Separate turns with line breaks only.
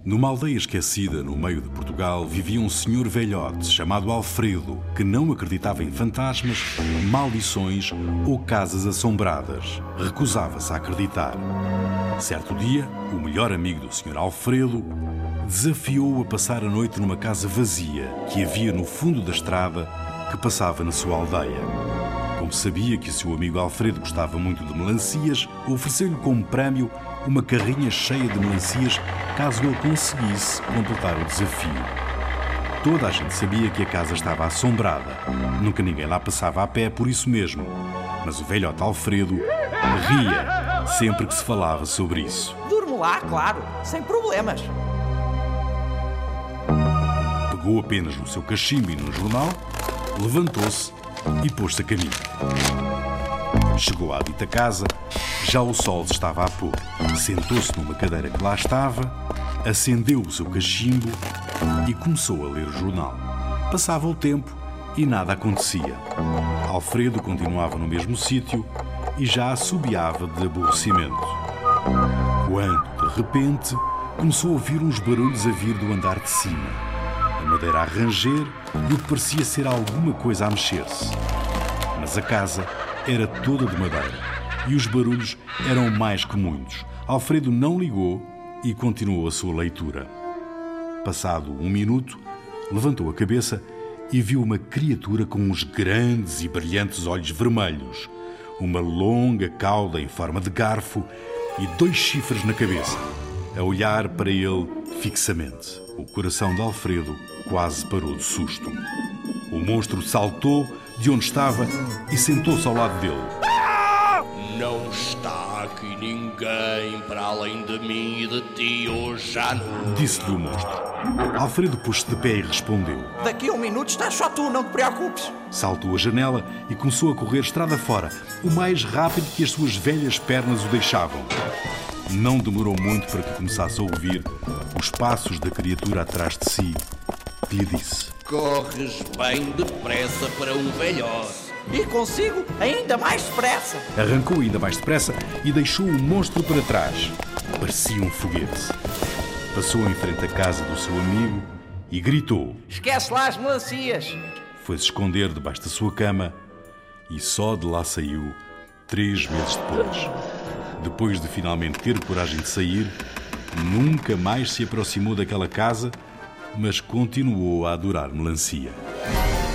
Numa aldeia esquecida no meio de Portugal vivia um senhor velhote chamado Alfredo que não acreditava em fantasmas, maldições ou casas assombradas. Recusava-se a acreditar. Certo dia, o melhor amigo do senhor Alfredo desafiou-o a passar a noite numa casa vazia que havia no fundo da estrada que passava na sua aldeia. Como sabia que o seu amigo Alfredo gostava muito de melancias, ofereceu-lhe como prémio uma carrinha cheia de melancias caso ele conseguisse completar o desafio. Toda a gente sabia que a casa estava assombrada. Nunca ninguém lá passava a pé por isso mesmo. Mas o velhote Alfredo ria sempre que se falava sobre isso.
Durmo lá, claro, sem problemas.
Pegou apenas no seu cachimbo e no jornal, levantou-se e pôs-se a caminho. Chegou à dita casa, já o sol se estava a pôr. Sentou-se numa cadeira que lá estava, acendeu o seu cachimbo e começou a ler o jornal. Passava o tempo e nada acontecia. Alfredo continuava no mesmo sítio e já assobiava de aborrecimento. Quando, de repente, começou a ouvir uns barulhos a vir do andar de cima. A madeira a ranger e o que parecia ser alguma coisa a mexer-se. Mas a casa era toda de madeira e os barulhos eram mais que muitos. Alfredo não ligou e continuou a sua leitura. Passado 1 minuto, levantou a cabeça e viu uma criatura com uns grandes e brilhantes olhos vermelhos, uma longa cauda em forma de garfo e 2 chifres na cabeça, a olhar para ele fixamente. O coração de Alfredo quase parou de susto. O monstro saltou de onde estava e sentou-se ao lado dele.
Não está aqui ninguém para além de mim e de ti hoje à noite,
disse-lhe o monstro. Alfredo pôs-se de pé e respondeu.
Daqui a 1 minuto estás só tu, não te preocupes.
Saltou a janela e começou a correr estrada fora, o mais rápido que as suas velhas pernas o deixavam. Não demorou muito para que começasse a ouvir os passos da criatura atrás de si, que lhe disse:
corres bem depressa para um velhote.
E consigo ainda mais depressa.
Arrancou ainda mais depressa e deixou o monstro para trás. Parecia um foguete. Passou em frente à casa do seu amigo e gritou.
Esquece lá as melancias.
Foi-se esconder debaixo da sua cama e só de lá saiu 3 meses depois. Depois de finalmente ter coragem de sair, nunca mais se aproximou daquela casa, mas continuou a adorar melancia.